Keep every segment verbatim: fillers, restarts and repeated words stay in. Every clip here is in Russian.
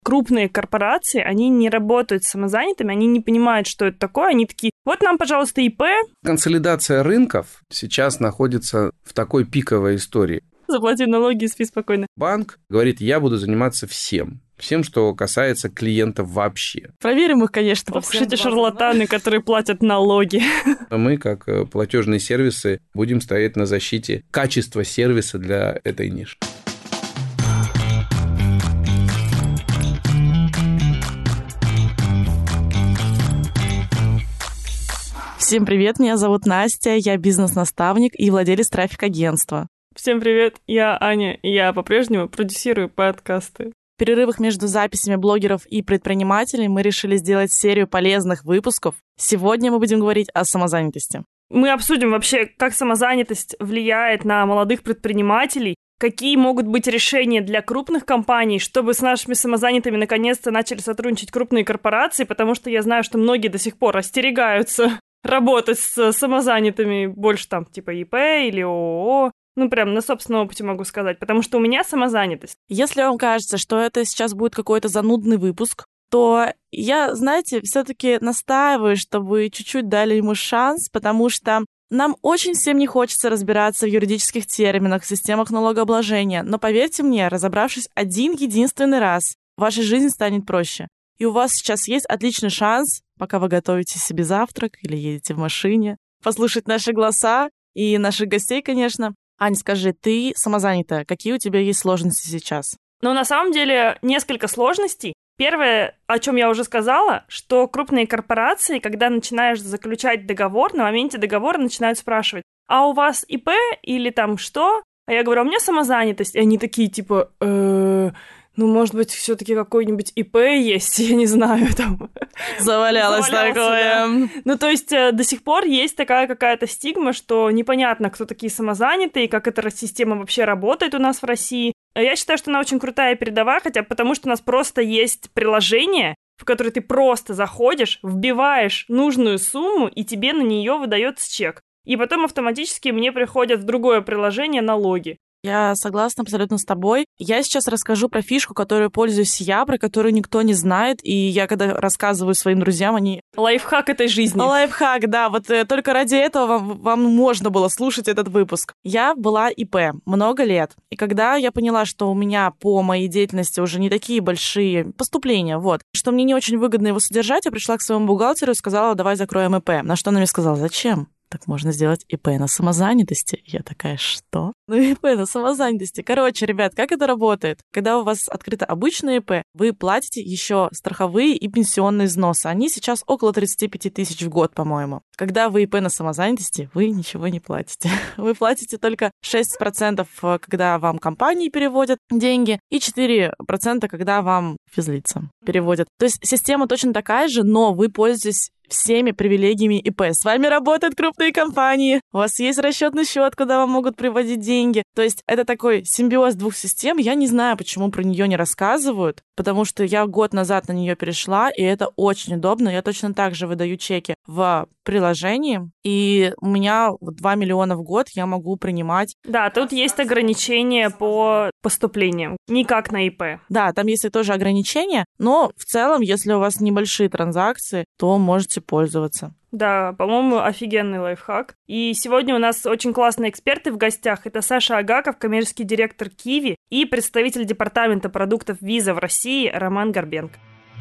Крупные корпорации, они не работают с самозанятыми, они не понимают, что это такое, они такие, вот нам, пожалуйста, ИП. Консолидация рынков сейчас находится в такой пиковой истории. Заплати налоги и спи спокойно. Банк говорит, я буду заниматься всем. Всем, что касается клиентов вообще. Проверим их, конечно, по всем эти шарлатаны, которые платят налоги. Мы, как платежные сервисы, будем стоять на защите качества сервиса для этой ниши. Всем привет, меня зовут Настя, я бизнес-наставник и владелец трафик-агентства. Всем привет, я Аня, и я по-прежнему продюсирую подкасты. В перерывах между записями блогеров и предпринимателей мы решили сделать серию полезных выпусков. Сегодня мы будем говорить о самозанятости. Мы обсудим вообще, как самозанятость влияет на молодых предпринимателей, какие могут быть решения для крупных компаний, чтобы с нашими самозанятыми наконец-то начали сотрудничать крупные корпорации, потому что я знаю, что многие до сих пор остерегаются работать с самозанятыми, больше там типа ИП или ООО. Ну, прям на собственном опыте могу сказать, потому что у меня самозанятость. Если вам кажется, что это сейчас будет какой-то занудный выпуск, то я, знаете, все-таки настаиваю, чтобы чуть-чуть дали ему шанс, потому что нам очень всем не хочется разбираться в юридических терминах, в системах налогообложения, но поверьте мне, разобравшись один единственный раз, ваша жизнь станет проще. И у вас сейчас есть отличный шанс, пока вы готовите себе завтрак или едете в машине, послушать наши голоса и наших гостей, конечно. Ань, скажи, ты самозанятая, какие у тебя есть сложности сейчас? Ну, на самом деле, несколько сложностей. Первое, о чем я уже сказала, что крупные корпорации, когда начинаешь заключать договор, на моменте договора начинают спрашивать, а у вас ИП или там что? А я говорю, у меня самозанятость. И они такие, типа, э ну, может быть, все-таки какой-нибудь ИП есть, я не знаю, там. Завалялось такое. Да. Ну, то есть до сих пор есть такая какая-то стигма, что непонятно, кто такие самозанятые, как эта система вообще работает у нас в России. Я считаю, что она очень крутая и передовая, хотя потому что у нас просто есть приложение, в которое ты просто заходишь, вбиваешь нужную сумму, и тебе на нее выдается чек. И потом автоматически мне приходят в другое приложение налоги. Я согласна абсолютно с тобой. Я сейчас расскажу про фишку, которой пользуюсь я, про которую никто не знает. И я, когда рассказываю своим друзьям, они... Лайфхак этой жизни. Лайфхак, да. Вот э, только ради этого вам, вам можно было слушать этот выпуск. Я была ИП много лет. И когда я поняла, что у меня по моей деятельности уже не такие большие поступления, вот, что мне не очень выгодно его содержать, я пришла к своему бухгалтеру и сказала, давай закроем ИП. На что она мне сказала, зачем? Так можно сделать ИП на самозанятости. Я такая, что? Ну, ИП на самозанятости. Короче, ребят, как это работает? Когда у вас открыто обычное ИП, вы платите еще страховые и пенсионные взносы. Они сейчас около тридцать пять тысяч в год, по-моему. Когда вы ИП на самозанятости, вы ничего не платите. Вы платите только шесть процентов, когда вам компании переводят деньги, и четыре процента, когда вам физлица переводят. То есть система точно такая же, но вы пользуетесь всеми привилегиями ИП. С вами работают крупные компании, у вас есть расчетный счет, куда вам могут приводить деньги. То есть это такой симбиоз двух систем. Я не знаю, почему про нее не рассказывают, потому что я год назад на нее перешла, и это очень удобно. Я точно так же выдаю чеки в приложении, и у меня два миллиона в год я могу принимать. Да, тут есть ограничения по поступлениям, не как на ИП. Да, там есть тоже ограничения, но в целом, если у вас небольшие транзакции, то можете пользоваться. Да, по-моему, офигенный лайфхак. И сегодня у нас очень классные эксперты в гостях. Это Саша Агаков, коммерческий директор Киви, и представитель департамента продуктов Виза в России Роман Горбенко.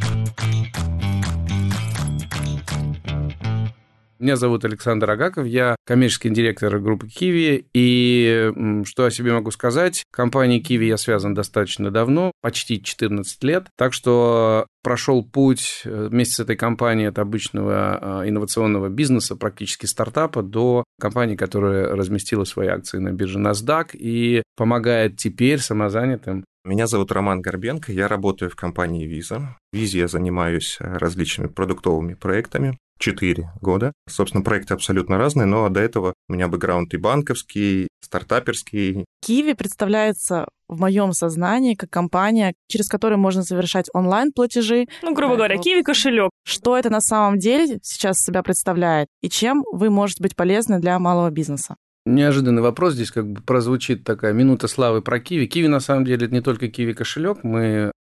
Меня зовут Александр Агаков, я коммерческий директор группы Киви, и что о себе могу сказать, компанией Киви я связан достаточно давно, почти четырнадцать лет, так что прошел путь вместе с этой компанией от обычного инновационного бизнеса, практически стартапа, до компании, которая разместила свои акции на бирже NASDAQ и помогает теперь самозанятым. Меня зовут Роман Горбенко, я работаю в компании Виза. В Визе я занимаюсь различными продуктовыми проектами. Четыре года. Собственно, проекты абсолютно разные, но до этого у меня бэкграунд и банковский, стартаперский. Киви представляется в моем сознании как компания, через которую можно совершать онлайн-платежи. Ну, грубо говоря, Киви кошелек. Что это на самом деле сейчас себя представляет и чем вы можете быть полезны для малого бизнеса? Неожиданный вопрос. Здесь как бы прозвучит такая минута славы про Киви. Киви, на самом деле, это не только Киви кошелек. Мы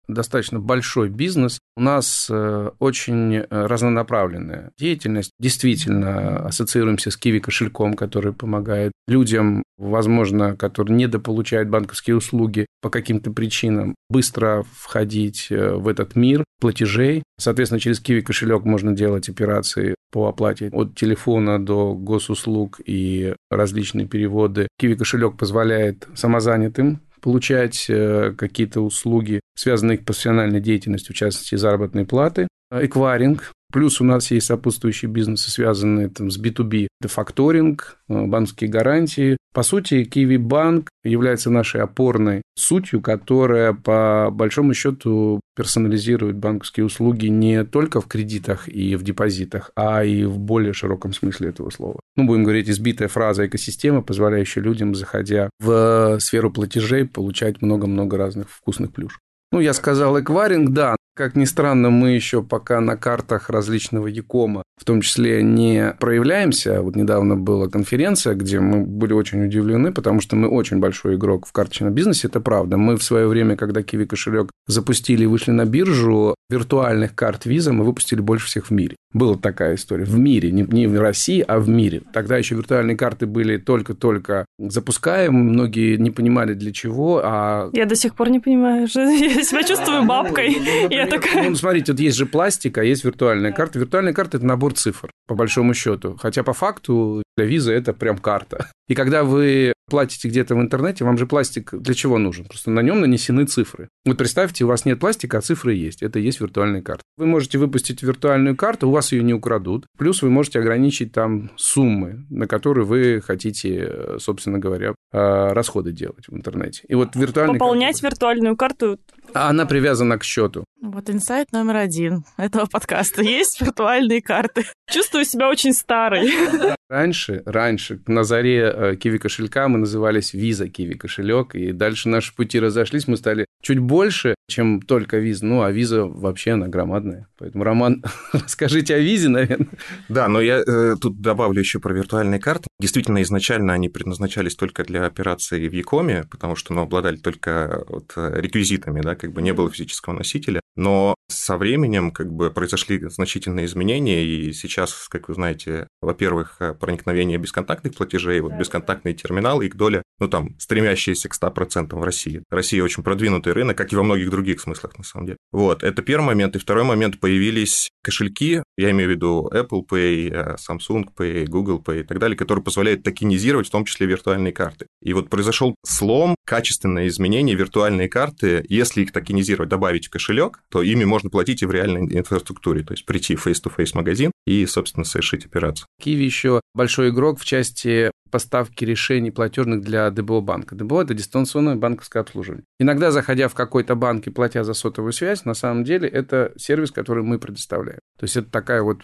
достаточно большой бизнес. У нас очень разнонаправленная деятельность. Действительно, ассоциируемся с Kiwi кошельком, который помогает людям, возможно, которые недополучают банковские услуги по каким-то причинам, быстро входить в этот мир платежей. Соответственно, через Kiwi кошелек можно делать операции по оплате от телефона до госуслуг и различные переводы. Kiwi кошелек позволяет самозанятым получать какие-то услуги, связанные с профессиональной деятельностью, в частности, заработной платы. Эквайринг. Плюс у нас есть сопутствующие бизнесы, связанные там, с би ту би. Это факторинг, банковские гарантии. По сути, Kiwi Банк является нашей опорной сутью, которая, по большому счету, персонализирует банковские услуги не только в кредитах и в депозитах, а и в более широком смысле этого слова. Ну, будем говорить, избитая фраза «экосистема», позволяющая людям, заходя в сферу платежей, получать много-много разных вкусных плюшек. Ну, я сказал эквайринг, да. Как ни странно, мы еще пока на картах различного Якома, в том числе, не проявляемся. Вот недавно была конференция, где мы были очень удивлены, потому что мы очень большой игрок в карточном бизнесе, это правда. Мы в свое время, когда Kiwi кошелек запустили и вышли на биржу, виртуальных карт Visa мы выпустили больше всех в мире. Была такая история. В мире, не в России, а в мире. Тогда еще виртуальные карты были только-только запускаемы, многие не понимали для чего. А... Я до сих пор не понимаю. Я себя чувствую бабкой. Я такая... Ну, смотрите, вот есть же пластик, а есть виртуальная карта. Виртуальная карта – это набор цифр, по большому счету. Хотя по факту для Visa это прям карта. И когда вы платите где-то в интернете, вам же пластик для чего нужен? Просто на нем нанесены цифры. Вот представьте, у вас нет пластика, а цифры есть. Это и есть виртуальная карта. Вы можете выпустить виртуальную карту, у вас ее не украдут. Плюс вы можете ограничить там суммы, на которые вы хотите, собственно говоря, расходы делать в интернете. И вот виртуальная Пополнять карта... виртуальную карту. Она привязана к счету. Вот инсайт номер один этого подкаста. Есть виртуальные карты. Чувствую себя очень старой. Раньше, раньше, на заре Kiwi кошелька мы назывались Visa Kiwi кошелек, и дальше наши пути разошлись, мы стали чуть больше, чем только Visa. Ну, а Visa вообще она громадная. Поэтому, Роман, расскажите о Visa, наверное. Да, но я э, тут добавлю еще про виртуальные карты. Действительно, изначально они предназначались только для операций в Якоме, потому что ну, обладали только вот, реквизитами, да, как бы не было физического носителя. Но со временем как бы произошли значительные изменения, и сейчас, как вы знаете, во-первых, проникновение бесконтактных платежей, вот бесконтактные терминалы, их доля, ну там, стремящаяся к ста процентам в России. Россия очень продвинутый рынок, как и во многих других смыслах, на самом деле. Вот, это первый момент. И второй момент, появились кошельки, я имею в виду Apple Pay, Samsung Pay, Google Pay и так далее, которые позволяют токенизировать, в том числе виртуальные карты. И вот произошел слом, качественное изменение виртуальные карты, если их токенизировать, добавить в кошелек, то ими можно платить и в реальной инфраструктуре, то есть прийти в face-to-face магазин и, собственно, совершить операцию. Kiwi еще большой игрок в части поставки решений платежных для ди би о-банка. ди би о – это дистанционное банковское обслуживание. Иногда, заходя в какой-то банк и платя за сотовую связь, на самом деле это сервис, который мы предоставляем. То есть это такая вот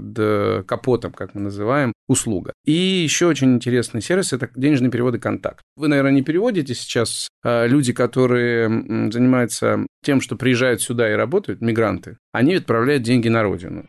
под капотом, как мы называем, услуга. И еще очень интересный сервис – это денежные переводы «Контакт». Вы, наверное, не переводите сейчас. Люди, которые занимаются тем, что приезжают сюда и работают, мигранты, они отправляют деньги на родину.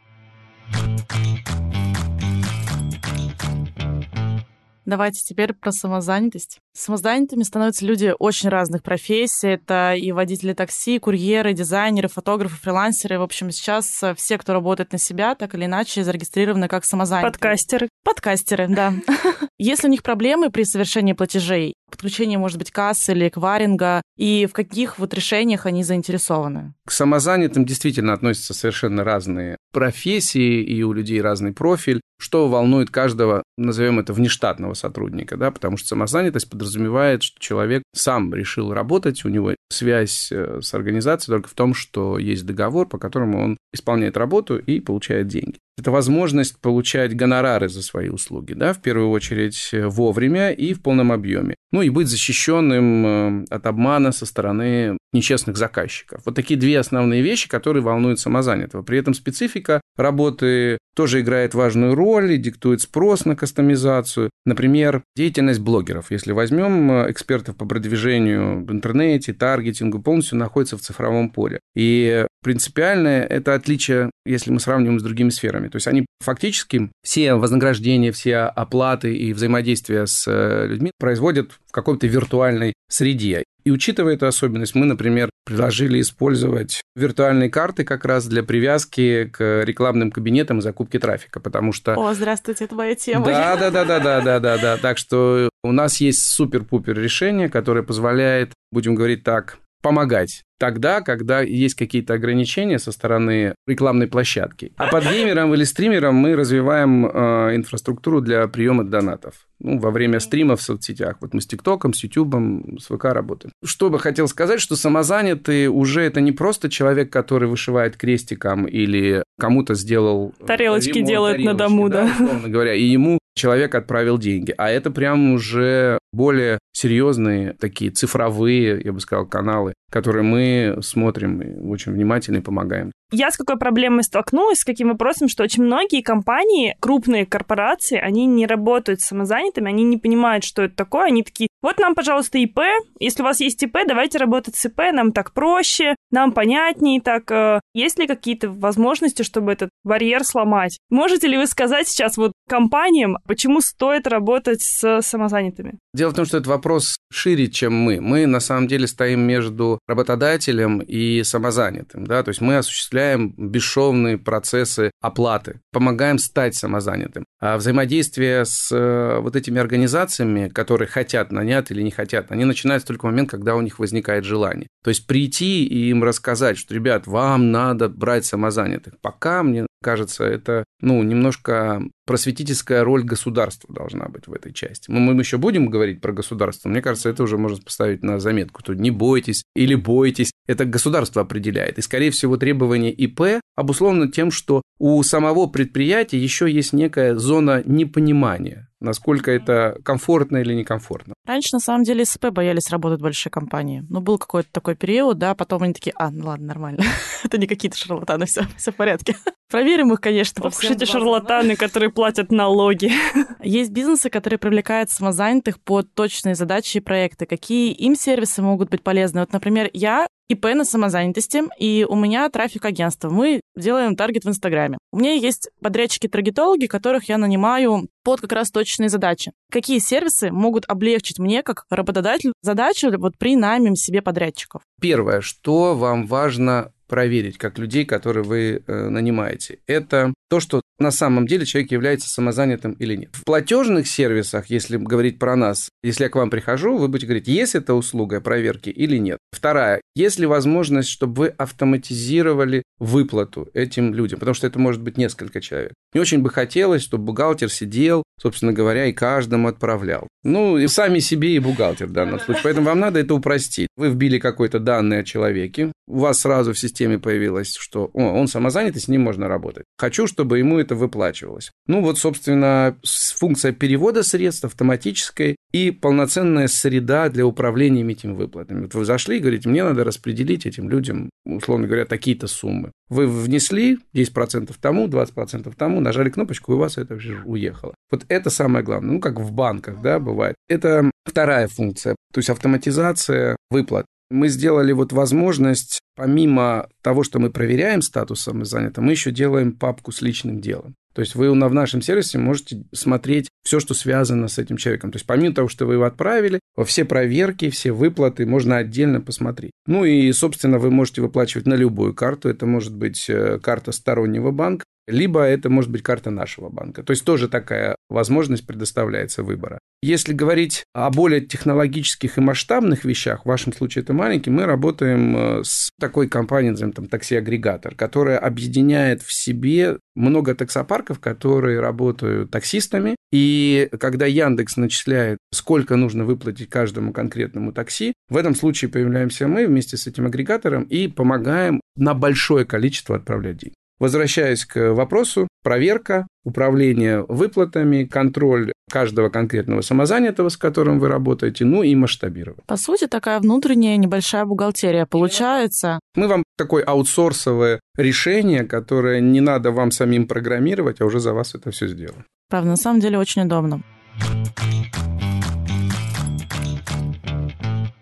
Давайте теперь про самозанятость. Самозанятыми становятся люди очень разных профессий. Это и водители такси, курьеры, дизайнеры, фотографы, фрилансеры. В общем, сейчас все, кто работает на себя, так или иначе зарегистрированы как самозанятые. Подкастеры. Подкастеры, да. Если у них проблемы при совершении платежей, подключение, может быть, кассы или эквайринга, и в каких вот решениях они заинтересованы? К самозанятым действительно относятся совершенно разные профессии, и у людей разный профиль. Что волнует каждого, назовем это, внештатного сотрудника, да, потому что самозанятость подразумевает, что человек сам решил работать, у него связь с организацией только в том, что есть договор, по которому он исполняет работу и получает деньги. Это возможность получать гонорары за свои услуги, да, в первую очередь вовремя и в полном объеме. Ну и быть защищенным от обмана со стороны нечестных заказчиков. Вот такие две основные вещи, которые волнуют самозанятого. При этом специфика работы тоже играет важную роль и диктует спрос на кастомизацию. Например, деятельность блогеров. Если возьмем экспертов по продвижению в интернете, таргетингу, полностью находится в цифровом поле. И принципиальное это отличие, если мы сравниваем с другими сферами. То есть они фактически все вознаграждения, все оплаты и взаимодействия с людьми производят в какой-то виртуальной среде. И учитывая эту особенность, мы, например, предложили использовать виртуальные карты как раз для привязки к рекламным кабинетам и закупки трафика, потому что... О, здравствуйте, это моя тема. Да, да, да, да, да, да, да, да. Так что у нас есть супер-пупер решение, которое позволяет, будем говорить так, помогать тогда, когда есть какие-то ограничения со стороны рекламной площадки. А под геймером или стримером мы развиваем э, инфраструктуру для приема донатов. Ну, во время стримов в соцсетях. Вот мы с ТикТоком, с Ютубом, с ВК работаем. Что бы хотел сказать, что самозанятый уже это не просто человек, который вышивает крестиком или кому-то сделал... Тарелочки ремонт, делает тарелочки, на дому, да. да, условно говоря, и ему человек отправил деньги. А это прям уже более серьезные такие цифровые, я бы сказал, каналы, которые мы смотрим и очень внимательно и помогаем. Я с какой проблемой столкнулась, с каким вопросом, что очень многие компании, крупные корпорации, они не работают с самозанятыми, они не понимают, что это такое, они такие, вот нам, пожалуйста, ИП, если у вас есть ИП, давайте работать с ИП, нам так проще, нам понятнее, так, есть ли какие-то возможности, чтобы этот барьер сломать? Можете ли вы сказать сейчас вот компаниям, почему стоит работать с самозанятыми? Дело в том, что этот вопрос шире, чем мы. Мы, на самом деле, стоим между работодателем и самозанятым, да, то есть мы осуществляем бесшовные процессы оплаты, помогаем стать самозанятым. А взаимодействие с вот этими организациями, которые хотят нанять или не хотят, они начинаются только в момент, когда у них возникает желание. То есть прийти и им рассказать, что, ребят, вам надо брать самозанятых. Пока, мне кажется, это, ну, немножко просветительская роль государства должна быть в этой части. Мы, мы еще будем говорить про государство, мне кажется, это уже можно поставить на заметку. Тут не бойтесь или бойтесь, это государство определяет. И, скорее всего, требование ИП обусловлено тем, что у самого предприятия еще есть некая зона непонимания, насколько это комфортно или некомфортно. Раньше, на самом деле, СП боялись работать большие компании. Ну, был какой-то такой период, да, потом они такие, а, ну ладно, нормально. Это не какие-то шарлатаны, все, все в порядке. Проверим их, конечно. Ох, эти шарлатаны, которые платят налоги. Есть бизнесы, которые привлекают самозанятых под точные задачи и проекты. Какие им сервисы могут быть полезны? Вот, например, я ИП на самозанятости, и у меня трафик-агентство. Мы делаем таргет в Инстаграме. У меня есть подрядчики-таргетологи, которых я нанимаю под как раз точные задачи. Какие сервисы могут облегчить мне, как работодателю, задачу вот при найме себе подрядчиков? Первое, что вам важно проверить, как людей, которые вы э, нанимаете, это то, что на самом деле человек является самозанятым или нет. В платежных сервисах, если говорить про нас, если я к вам прихожу, вы будете говорить, есть эта услуга проверки или нет. Вторая, есть ли возможность, чтобы вы автоматизировали выплату этим людям, потому что это может быть несколько человек. Мне очень бы хотелось, чтобы бухгалтер сидел, собственно говоря, и каждому отправлял. Ну, и сами себе и бухгалтер в данном случае. Поэтому вам надо это упростить. Вы вбили какой-то данные о человеке, у вас сразу в системе появилось, что о, он самозанятый, с ним можно работать. Хочу, чтобы ему это выплачивалось. Ну, вот, собственно, функция перевода средств автоматической и полноценная среда для управления этими выплатами. Вот вы зашли и говорите, мне надо распределить этим людям, условно говоря, такие-то суммы. Вы внесли десять процентов тому, двадцать процентов тому, нажали кнопочку, и у вас это уже уехало. Вот это самое главное. Ну, как в банках, да, бывает. Это вторая функция, то есть автоматизация выплат. Мы сделали вот возможность, помимо того, что мы проверяем статус самозанятого, мы еще делаем папку с личным делом. То есть вы в нашем сервисе можете смотреть все, что связано с этим человеком. То есть помимо того, что вы его отправили, все проверки, все выплаты можно отдельно посмотреть. Ну и, собственно, вы можете выплачивать на любую карту. Это может быть карта стороннего банка, либо это может быть карта нашего банка. То есть тоже такая возможность предоставляется выбора. Если говорить о более технологических и масштабных вещах, в вашем случае это маленький, мы работаем с такой компанией, назовем там такси-агрегатор, которая объединяет в себе много таксопарков, которые работают таксистами. И когда Яндекс начисляет, сколько нужно выплатить каждому конкретному такси, в этом случае появляемся мы вместе с этим агрегатором и помогаем на большое количество отправлять деньги. Возвращаясь к вопросу, проверка, управление выплатами, контроль каждого конкретного самозанятого, с которым вы работаете, ну и масштабирование. По сути, такая внутренняя небольшая бухгалтерия получается. Мы вам такое аутсорсовое решение, которое не надо вам самим программировать, а уже за вас это все сделано. Правда, на самом деле очень удобно.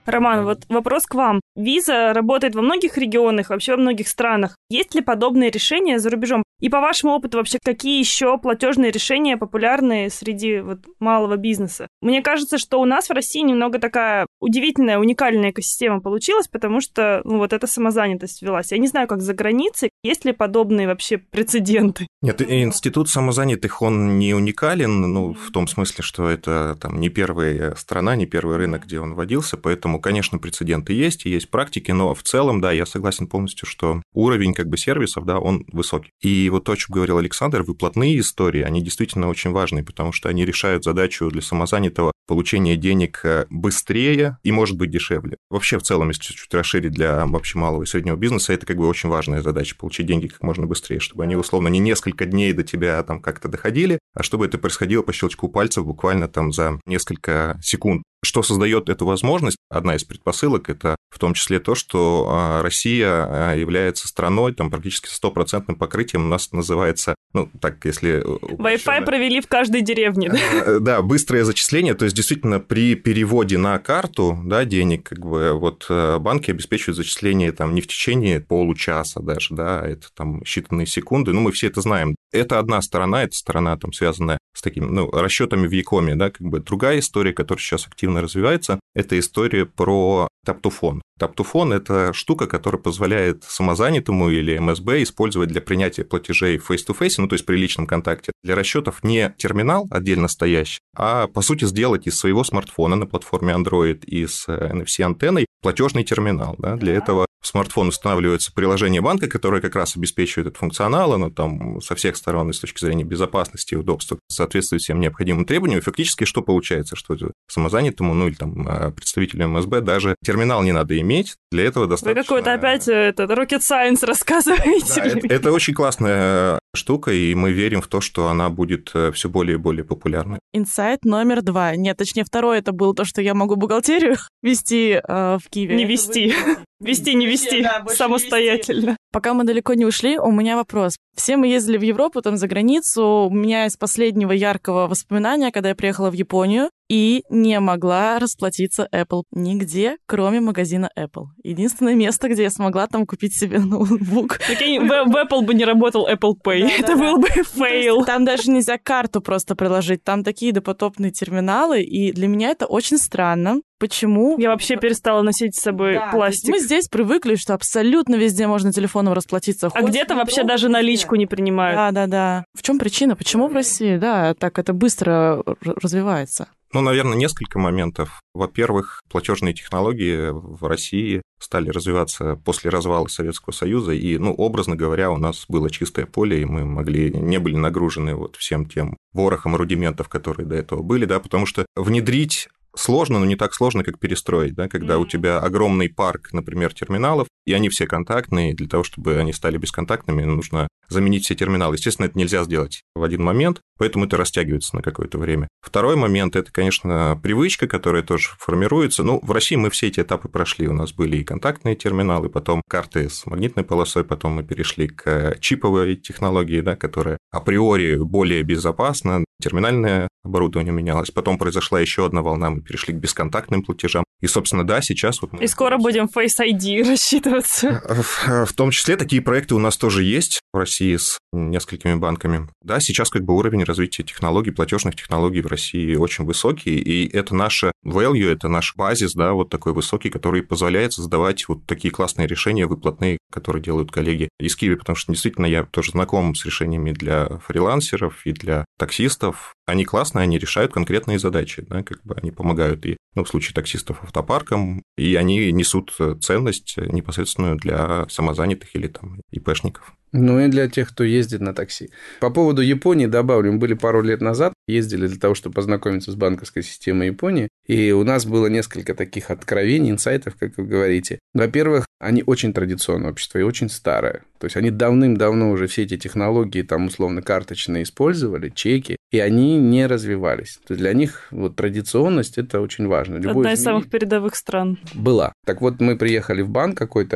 Роман, вот вопрос к вам. Виза работает во многих регионах, вообще во многих странах. Есть ли подобные решения за рубежом? И по вашему опыту вообще, какие еще платежные решения популярны среди вот малого бизнеса? Мне кажется, что у нас в России немного такая удивительная, уникальная экосистема получилась, потому что ну, вот эта самозанятость велась. Я не знаю, как за границей. Есть ли подобные вообще прецеденты? Нет, институт самозанятых, он не уникален, ну, в том смысле, что это там не первая страна, не первый рынок, где он вводился, поэтому, конечно, прецеденты есть, и есть практики, но в целом, да, я согласен полностью, что уровень как бы сервисов, да, он высокий. И вот то, о чем говорил Александр, выплатные истории, они действительно очень важны, потому что они решают задачу для самозанятого получения денег быстрее и, может быть, дешевле. Вообще, в целом, если чуть-чуть расширить для вообще малого и среднего бизнеса, это как бы очень важная задача, получить деньги как можно быстрее, чтобы они, условно, не несколько дней до тебя там как-то доходили, а чтобы это происходило по щелчку пальцев буквально там за несколько секунд. Что создает эту возможность? Одна из предпосылок – это в том числе то, что Россия является страной там, практически стопроцентным покрытием. У нас называется, ну, так, если… Wi-Fi провели в каждой деревне, да? Да, быстрое зачисление. То есть, действительно, при переводе на карту да, денег как бы, вот, банки обеспечивают зачисление там, не в течение получаса даже, да, это там считанные секунды. Ну, мы все это знаем. Это одна сторона, это сторона, там, связанная с такими ну, расчетами в Якоме. Да, как бы. Другая история, которая сейчас активно развивается, это история про таптуфон. Таптуфон – это штука, которая позволяет самозанятому или эм эс бэ использовать для принятия платежей face-to-face, ну, то есть при личном контакте, для расчетов не терминал отдельно стоящий, а, по сути, сделать из своего смартфона на платформе Android и с эн эф си-антенной платежный терминал. Да? Для этого в смартфон устанавливается приложение банка, которое как раз обеспечивает этот функционал, оно там со всех сторон и с точки зрения безопасности и удобства соответствует всем необходимым требованиям. И фактически что получается? Что самозанятому, ну или там представителю эм эс бэ даже терминал не надо иметь, для этого достаточно… Вы какой-то опять этот rocket science рассказываете. Да, это, это очень классная штука, и мы верим в то, что она будет все более и более популярной. Инсайт номер два. Нет, точнее, второй это был то, что я могу бухгалтерию вести э, в Киеве. Не вести. Вести, не вести. Да, самостоятельно. Не Пока мы далеко не ушли, у меня вопрос. Все мы ездили в Европу, там, за границу. У меня из последнего яркого воспоминания, когда я приехала в Японию и не могла расплатиться Apple нигде, кроме магазина Apple. Единственное место, где я смогла там купить себе ноутбук. Прикинь, в, в Apple бы не работал Apple Pay. Да, это да, был да. бы фейл. Ну, там даже нельзя карту просто приложить. Там такие допотопные терминалы, и для меня это очень странно. Почему? Я вообще перестала носить с собой да, пластик. Мы здесь привыкли, что абсолютно везде можно телефоном расплатиться. А где-то вообще даже наличку не принимают. Да, да, да. В чем причина? Почему в России, да, так это быстро развивается? Ну, наверное, несколько моментов. Во-первых, платежные технологии в России стали развиваться после развала Советского Союза, и, ну, образно говоря, у нас было чистое поле, и мы могли, не были нагружены вот всем тем ворохом рудиментов, которые до этого были, да, потому что внедрить сложно, но не так сложно, как перестроить, да, когда mm-hmm. у тебя огромный парк, например, терминалов, и они все контактные, для того, чтобы они стали бесконтактными, нужно заменить все терминалы. Естественно, это нельзя сделать в один момент, поэтому это растягивается на какое-то время. Второй момент – это, конечно, привычка, которая тоже формируется. Ну, в России мы все эти этапы прошли. У нас были и контактные терминалы, потом карты с магнитной полосой, потом мы перешли к чиповой технологии, да, которая априори более безопасна, терминальное оборудование менялось. Потом произошла еще одна волна, мы перешли к бесконтактным платежам. И, собственно, да, сейчас вот мы… И скоро будем Face ай ди рассчитываться. В, в том числе такие проекты у нас тоже есть в России с несколькими банками. Да, сейчас как бы уровень развития технологий, платежных технологий в России очень высокий, и это наше value, это наш базис, да, вот такой высокий, который позволяет создавать вот такие классные решения выплатные, которые делают коллеги из Киви, потому что действительно я тоже знаком с решениями для фрилансеров и для таксистов. Они классные, они решают конкретные задачи, да, как бы они помогают и, ну, в случае таксистов автопаркам, и они несут ценность непосредственную для самозанятых или там ИПшников. Ну и для тех, кто ездит на такси. По поводу Японии добавлю, мы были пару лет назад, ездили для того, чтобы познакомиться с банковской системой Японии, и у нас было несколько таких откровений, инсайтов, как вы говорите. Во-первых, они очень традиционное общество и очень старое. То есть они давным-давно уже все эти технологии, там, условно, карточные использовали, чеки, и они не развивались. То есть для них вот традиционность – это очень важно. Любое Одна из изменение... самых передовых стран. Была. Так вот, мы приехали в банк какой-то один,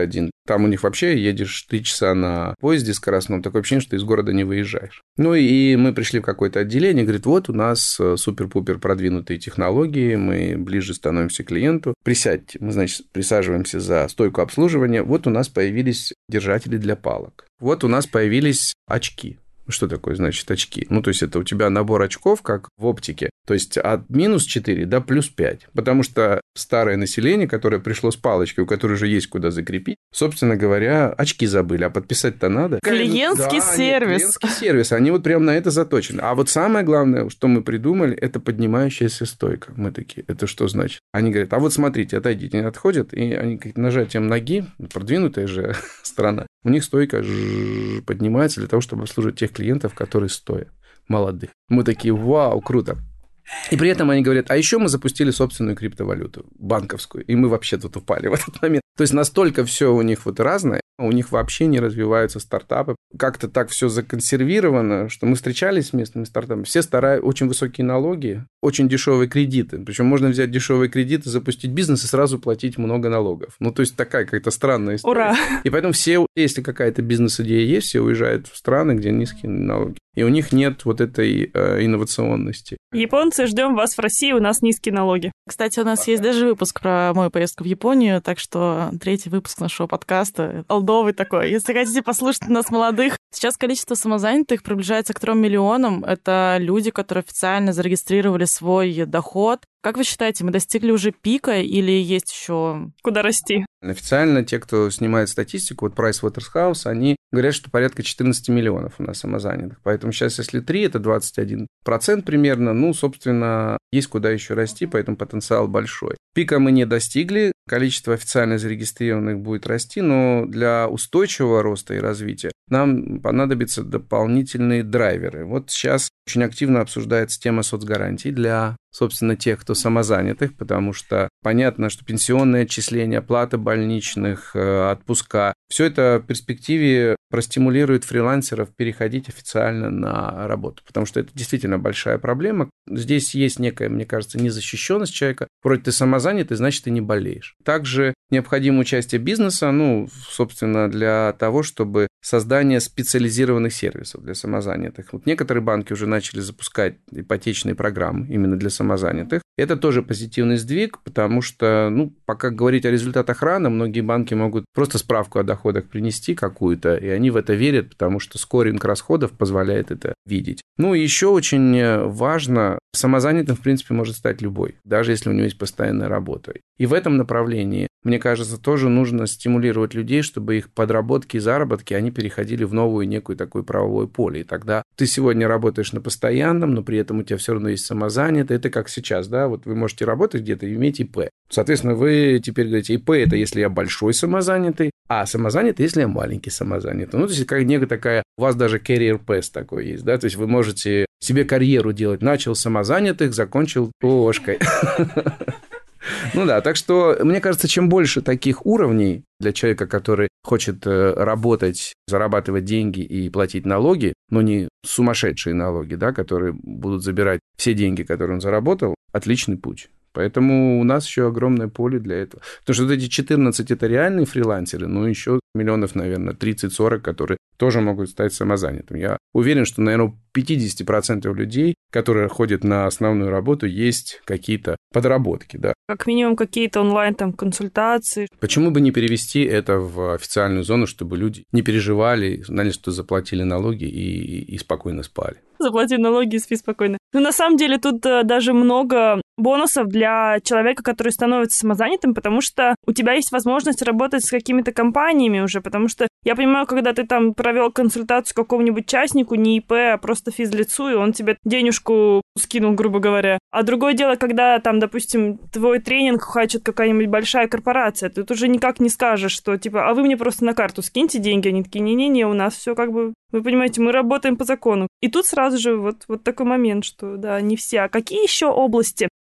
Там у них вообще едешь три часа на поезде скоростном, такое ощущение, что ты из города не выезжаешь. Ну и мы пришли в какое-то отделение, говорит, вот у нас супер-пупер продвинутые технологии, мы ближе становимся к клиенту. Присядьте, мы, значит, присаживаемся за стойку обслуживания. Вот у нас появились держатели для палок. Вот у нас появились очки. Что такое, значит, очки? Ну, то есть, это у тебя набор очков, как в оптике. То есть, от минус четыре до плюс пять. Потому что старое население, которое пришло с палочкой, у которой уже есть куда закрепить, собственно говоря, очки забыли. А подписать-то надо. Клиентский да, сервис. Нет, клиентский сервис. Они вот прямо на это заточены. А вот самое главное, что мы придумали, это поднимающаяся стойка. Мы такие, это что значит? Они говорят, а вот смотрите, отойдите. Они отходят, и они говорят, нажатием ноги, продвинутая же страна, у них стойка поднимается для того, чтобы обслуживать тех клиентов, которые стоят, молодых. Мы такие, вау, круто. И при этом они говорят, а еще мы запустили собственную криптовалюту, банковскую, и мы вообще тут упали в этот момент. То есть, настолько все у них вот разное, у них вообще не развиваются стартапы. Как-то так все законсервировано, что мы встречались с местными стартапами. Все стараются, очень высокие налоги, очень дешевые кредиты. Причем можно взять дешевые кредиты, запустить бизнес и сразу платить много налогов. Ну, то есть, такая какая-то странная история. Ура! И поэтому все, если какая-то бизнес-идея есть, все уезжают в страны, где низкие налоги. И у них нет вот этой э, инновационности. Японцы, ждем вас в России, у нас низкие налоги. Кстати, у нас есть даже выпуск про мою поездку в Японию, так что третий выпуск нашего подкаста, олдовый такой. Если хотите послушать нас, молодых, сейчас количество самозанятых приближается к трем миллионам. Это люди, которые официально зарегистрировали свой доход. Как вы считаете, мы достигли уже пика или есть еще куда расти? Официально те, кто снимает статистику, вот PricewaterhouseCoopers, они говорят, что порядка четырнадцать миллионов у нас самозанятых. Поэтому сейчас, если три, это двадцать один процент примерно. Ну, собственно, есть куда еще расти, поэтому потенциал большой. Пика мы не достигли, количество официально зарегистрированных будет расти, но для устойчивого роста и развития нам понадобятся дополнительные драйверы. Вот сейчас очень активно обсуждается тема соцгарантий для, собственно, тех, кто самозанятых, потому что понятно, что пенсионное отчисление, оплата больничных, отпуска, все это в перспективе простимулирует фрилансеров переходить официально на работу, потому что это действительно большая проблема. Здесь есть некая, мне кажется, незащищенность человека. Вроде ты самозанятый, значит, ты не болеешь. Также необходимо участие бизнеса, ну, собственно, для того, чтобы создание специализированных сервисов для самозанятых. Вот некоторые банки уже начали запускать ипотечные программы именно для самозанятых. Это тоже позитивный сдвиг, потому что, ну, пока говорить о результатах рано, многие банки могут просто справку о доходах принести какую-то, и они в это верят, потому что скоринг расходов позволяет это видеть. Ну, и еще очень важно, самозанятым, в принципе, может стать любой, даже если у него есть постоянная работа. И в этом направлении, мне кажется, тоже нужно стимулировать людей, чтобы их подработки и заработки, они переходили в новую некую такое правовое поле. И тогда ты сегодня работаешь на постоянном, но при этом у тебя все равно есть самозанятый. Это как сейчас, да, вот вы можете работать где-то и иметь ИП. Соответственно, вы теперь говорите, ИП – это если я большой самозанятый, а самозанятый, если я маленький самозанятый. Ну, то есть, как некая такая, у вас даже career path такой есть, да, то есть вы можете себе карьеру делать. Начал с самозанятых, закончил ООшкой. Ну да, так что, мне кажется, чем больше таких уровней для человека, который хочет работать, зарабатывать деньги и платить налоги, но не сумасшедшие налоги, да, которые будут забирать все деньги, которые он заработал, отличный путь. Поэтому у нас еще огромное поле для этого. Потому что вот эти четырнадцать – это реальные фрилансеры, но еще миллионов, наверное, тридцать-сорок, которые тоже могут стать самозанятыми. Я уверен, что, наверное, у пятьдесят процентов людей, которые ходят на основную работу, есть какие-то подработки, да. Как минимум какие-то онлайн там консультации. Почему бы не перевести это в официальную зону, чтобы люди не переживали, знали, что заплатили налоги и, и спокойно спали? Заплати налоги и спи спокойно. Ну, на самом деле, тут даже много бонусов для человека, который становится самозанятым, потому что у тебя есть возможность работать с какими-то компаниями уже, потому что я понимаю, когда ты там провел консультацию какому-нибудь частнику, не ИП, а просто физлицу, и он тебе денежку скинул, грубо говоря. А другое дело, когда там, допустим, твой тренинг хочет какая-нибудь большая корпорация, ты тут уже никак не скажешь, что типа, а вы мне просто на карту скиньте деньги, они такие, не-не-не, у нас все как бы, вы понимаете, мы работаем по закону. И тут сразу же вот, вот такой момент, что да, не все. А какие еще области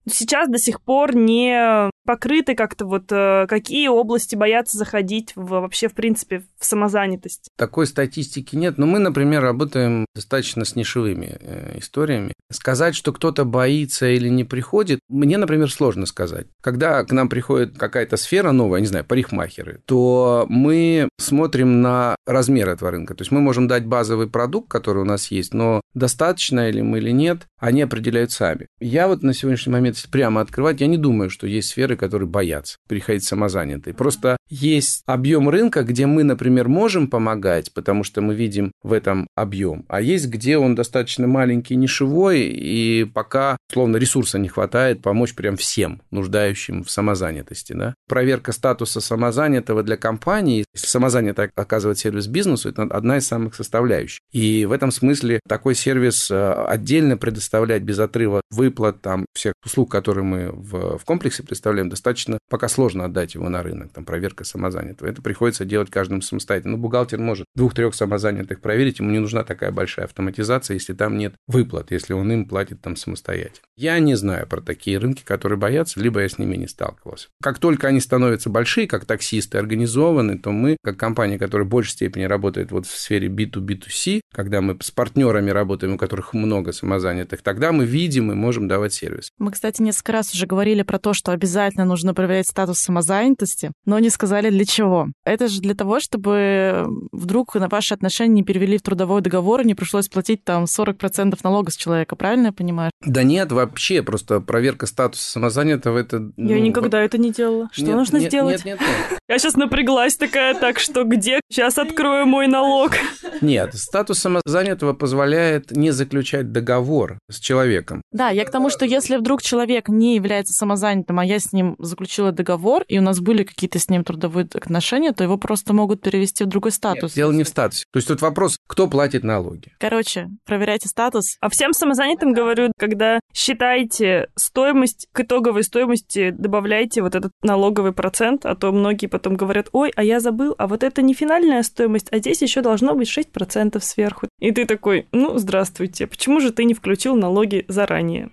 сейчас до сих пор не покрыты как-то вот какие области боятся заходить в, вообще, в принципе, в самозанятость? Такой статистики нет, но мы, например, работаем достаточно с нишевыми историями. Сказать, что кто-то боится или не приходит, мне, например, сложно сказать. Когда к нам приходит какая-то сфера новая, не знаю, парикмахеры, то мы смотрим на размер этого рынка. То есть мы можем дать базовый продукт, который у нас есть, но достаточно ли мы или нет, они определяют сами. Я вот на сегодняшний момент, если прямо открывать, я не думаю, что есть сферы, которые боятся приходить самозанятые. Просто есть объем рынка, где мы, например, можем помогать, потому что мы видим в этом объем, а есть, где он достаточно маленький, нишевой, и пока, условно, ресурса не хватает помочь прям всем нуждающим в самозанятости. Да? Проверка статуса самозанятого для компании, если самозанятый оказывает сервис бизнесу, это одна из самых составляющих. И в этом смысле такой сервис отдельно предоставлять без отрыва выплат там, всех услуг, которые мы в, в комплексе представляем, достаточно пока сложно отдать его на рынок, там, проверка самозанятого. Это приходится делать каждому самостоятельно. Ну, бухгалтер может двух-трех самозанятых проверить, ему не нужна такая большая автоматизация, если там нет выплат, если он им платит там самостоятельно. Я не знаю про такие рынки, которые боятся, либо я с ними не сталкивался. Как только они становятся большие, как таксисты организованы, то мы, как компания, которая в большей степени работает вот в сфере би ту би ту си, когда мы с партнерами работаем, у которых много самозанятых, тогда мы видим и можем давать сервис. Мы, кстати, несколько раз уже говорили про то, что обязательно нужно проверять статус самозанятости, но не сказали для чего. Это же для того, чтобы вдруг на ваши отношения не перевели в трудовой договор и не пришлось платить там сорок процентов налога с человека, правильно я понимаю? Да нет, вообще, просто проверка статуса самозанятого, это... Я ну, никогда в... это не делала. Что нет, нужно нет, сделать? Нет, нет, нет. Я сейчас напряглась такая, так что где? Сейчас открою мой налог. Нет, статус самозанятого позволяет не заключать договор с человеком. Да, я к тому, что если вдруг человек не является самозанятым, а я с ним заключила договор, и у нас были какие-то с ним трудовые отношения, то его просто могут перевести в другой статус. Нет, дело не в статусе. То есть тут вопрос, кто платит налоги. Короче, проверяйте статус. А всем самозанятым говорю, когда считаете стоимость, к итоговой стоимости добавляйте вот этот налоговый процент, а то многие потом говорят, ой, а я забыл, а вот это не финальная стоимость, а здесь еще должно быть шесть процентов сверху. И ты такой, ну, здравствуйте, почему же ты не включил налоги заранее?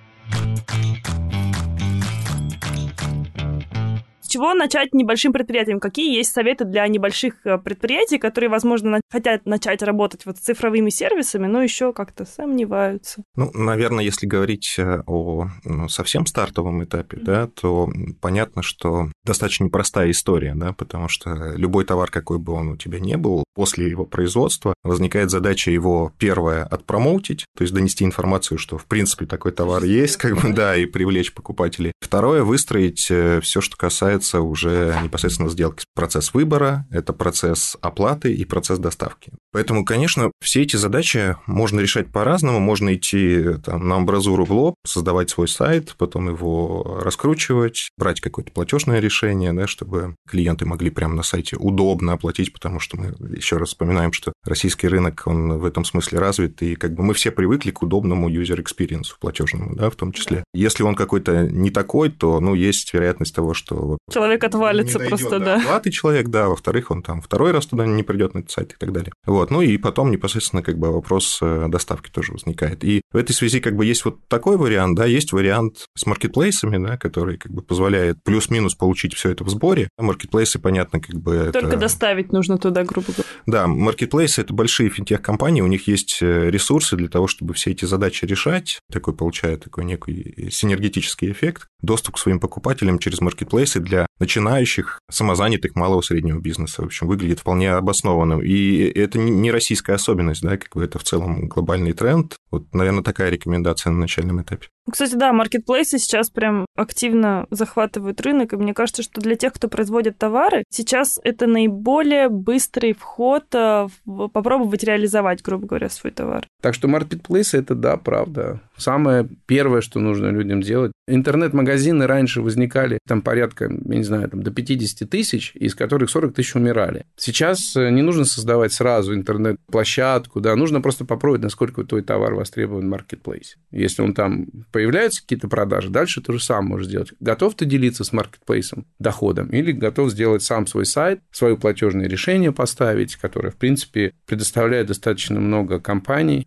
С чего начать небольшим предприятиям? Какие есть советы для небольших предприятий, которые, возможно, хотят начать работать вот с цифровыми сервисами, но еще как-то сомневаются? Ну, наверное, если говорить о ну, совсем стартовом этапе, mm-hmm. да, то понятно, что достаточно непростая история, да, потому что любой товар, какой бы он у тебя ни был, после его производства возникает задача его, первое, отпромоутить, то есть донести информацию, что, в принципе, такой товар есть, как бы, да, и привлечь покупателей. Второе, выстроить все, что касается уже непосредственно сделки. Процесс выбора, это процесс оплаты и процесс доставки. Поэтому, конечно, все эти задачи можно решать по-разному. Можно идти там, на амбразуру в лоб, создавать свой сайт, потом его раскручивать, брать какое-то платежное решение, да, чтобы клиенты могли прямо на сайте удобно оплатить, потому что мы еще раз вспоминаем, что российский рынок, он в этом смысле развит, и как бы мы все привыкли к удобному user-experience платежному, да, в том числе. Если он какой-то не такой, то, ну, есть вероятность того, что... Человек отвалится дойдет, просто, да. да. Оплаты человек, да, во-вторых, он там второй раз туда не придет на этот сайт и так далее. Вот, ну и потом непосредственно как бы вопрос доставки тоже возникает. И в этой связи как бы есть вот такой вариант, да, есть вариант с маркетплейсами, да, который как бы позволяет плюс-минус получить все это в сборе. Маркетплейсы, понятно, как бы... Только это... доставить нужно туда, грубо говоря. Да, маркетплейсы – это большие финтех-компании, у них есть ресурсы для того, чтобы все эти задачи решать, такой получает такой некий синергетический эффект, доступ к своим покупателям через маркетплейсы для начинающих, самозанятых, малого и среднего бизнеса. В общем, выглядит вполне обоснованным. И это не российская особенность, да, как бы это в целом глобальный тренд. Вот, наверное, такая рекомендация на начальном этапе. Кстати, да, маркетплейсы сейчас прям активно захватывают рынок, и мне кажется, что для тех, кто производит товары, сейчас это наиболее быстрый вход в попробовать реализовать, грубо говоря, свой товар. Так что маркетплейсы – это, да, правда. Самое первое, что нужно людям делать. Интернет-магазины раньше возникали там порядка, я не знаю, там, до пятьдесят тысяч, из которых сорок тысяч умирали. Сейчас не нужно создавать сразу интернет-площадку, да, нужно просто попробовать, насколько твой товар востребован в маркетплейсе. Если он там появляются какие-то продажи, дальше ты же сам можешь сделать. Готов ты делиться с маркетплейсом доходом или готов сделать сам свой сайт, свое платежное решение поставить, которое, в принципе, предоставляет достаточно много компаний,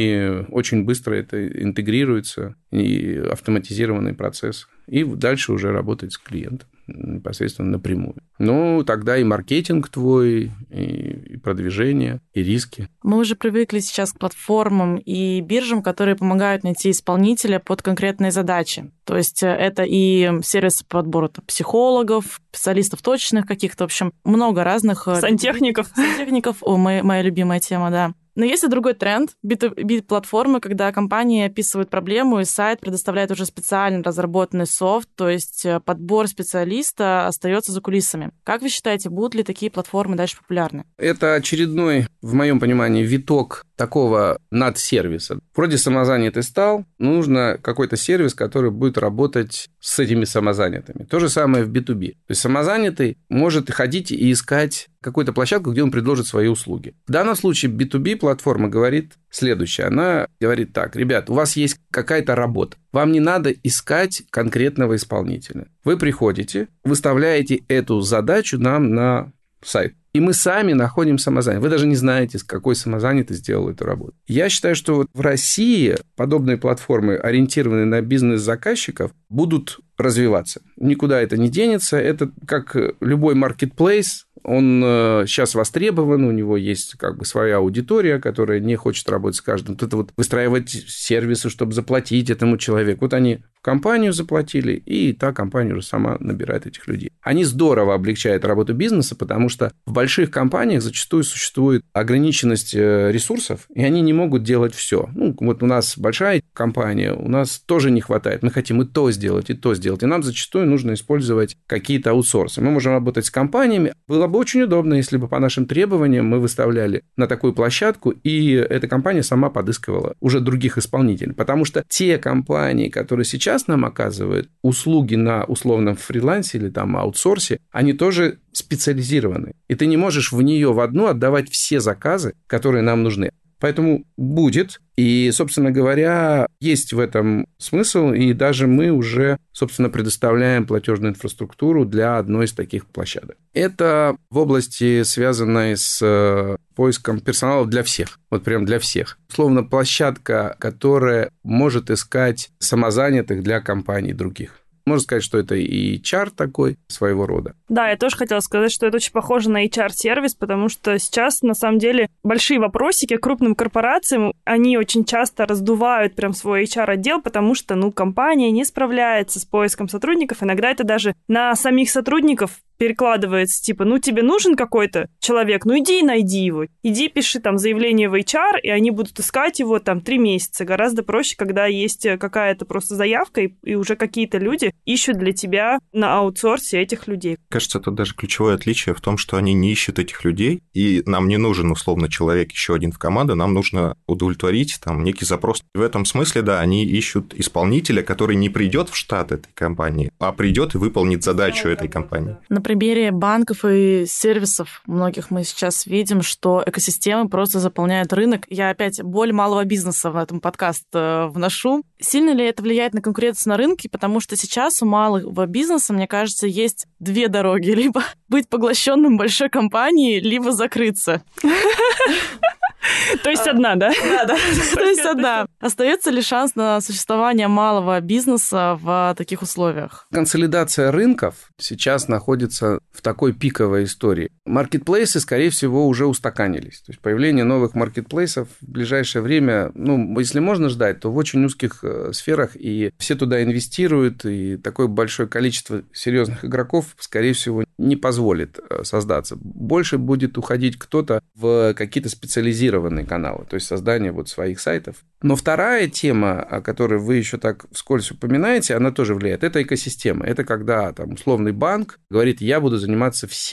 и очень быстро это интегрируется, и автоматизированный процесс. И дальше уже работать с клиентом непосредственно напрямую. Ну, тогда и маркетинг твой, и продвижение, и риски. Мы уже привыкли сейчас к платформам и биржам, которые помогают найти исполнителя под конкретные задачи. То есть это и сервисы по подбору там, психологов, специалистов точных каких-то, в общем, много разных... Сантехников. Сантехников, о, моя, моя любимая тема, да. Но есть и другой тренд би ту би-платформы, когда компании описывают проблему, и сайт предоставляет уже специально разработанный софт, то есть подбор специалиста остается за кулисами. Как вы считаете, будут ли такие платформы дальше популярны? Это очередной, в моем понимании, виток такого надсервиса. Вроде самозанятый стал, нужно какой-то сервис, который будет работать с этими самозанятыми. То же самое в би ту би. То есть самозанятый может ходить и искать какую-то площадку, где он предложит свои услуги. В данном случае би ту би-платформа говорит следующее. Она говорит так: ребят, у вас есть какая-то работа. Вам не надо искать конкретного исполнителя. Вы приходите, выставляете эту задачу нам на сайт. И мы сами находим самозанятых. Вы даже не знаете, с какой самозанятый сделал эту работу. Я считаю, что вот в России подобные платформы, ориентированные на бизнес-заказчиков, будут развиваться. Никуда это не денется. Это как любой маркетплейс. Он сейчас востребован, у него есть как бы своя аудитория, которая не хочет работать с каждым. Вот это вот выстраивать сервисы, чтобы заплатить этому человеку. Вот они в компанию заплатили, и та компания уже сама набирает этих людей. Они здорово облегчают работу бизнеса, потому что в больших компаниях зачастую существует ограниченность ресурсов, и они не могут делать все. Ну, вот у нас большая компания, у нас тоже не хватает. Мы хотим и то сделать, и то сделать. И нам зачастую нужно использовать какие-то аутсорсы. Мы можем работать с компаниями. Было бы очень удобно, если бы по нашим требованиям мы выставляли на такую площадку, и эта компания сама подыскивала уже других исполнителей. Потому что те компании, которые сейчас нам оказывают услуги на условном фрилансе или там аутсорсе, они тоже специализированы. И ты не можешь в нее в одну отдавать все заказы, которые нам нужны. Поэтому будет, и, собственно говоря, есть в этом смысл, и даже мы уже, собственно, предоставляем платежную инфраструктуру для одной из таких площадок. Это в области, связанной с поиском персонала для всех, вот прям для всех. Условно, площадка, которая может искать самозанятых для компаний других. Можно сказать, что это и эйч ар такой своего рода. Да, я тоже хотела сказать, что это очень похоже на эйч ар-сервис, потому что сейчас, на самом деле, большие вопросики к крупным корпорациям, они очень часто раздувают прям свой эйч ар-отдел, потому что, ну, компания не справляется с поиском сотрудников. Иногда это даже на самих сотрудников перекладывается, типа, ну, тебе нужен какой-то человек, ну, иди и найди его. Иди, пиши там заявление в эйч ар, и они будут искать его там три месяца. Гораздо проще, когда есть какая-то просто заявка, и, и уже какие-то люди ищут для тебя на аутсорсе этих людей. Кажется, это даже ключевое отличие в том, что они не ищут этих людей, и нам не нужен, условно, человек еще один в команду, нам нужно удовлетворить там некий запрос. В этом смысле, да, они ищут исполнителя, который не придет в штат этой компании, а придет и выполнит задачу этой компании. На примере банков и сервисов многих мы сейчас видим, что экосистемы просто заполняют рынок. Я опять боль малого бизнеса в этом подкаст вношу. Сильно ли это влияет на конкуренцию на рынке? Потому что сейчас у малого бизнеса, мне кажется, есть две дороги. Либо быть поглощенным большой компанией, либо закрыться. То есть одна, да? Да, да. То есть одна. Остается ли шанс на существование малого бизнеса в таких условиях? Консолидация рынков сейчас находится в такой пиковой истории. Маркетплейсы, скорее всего, уже устаканились. То есть появление новых маркетплейсов в ближайшее время, ну, если можно ждать, то в очень узких сферах, и все туда инвестируют, и такое большое количество серьезных игроков, скорее всего, не позволит создаться. Больше будет уходить кто-то в какие-то специализированные каналы, то есть создание вот своих сайтов. Но вторая тема, о которой вы еще так вскользь упоминаете, она тоже влияет. Это экосистема. Это когда там условный банк говорит: я буду заниматься всем.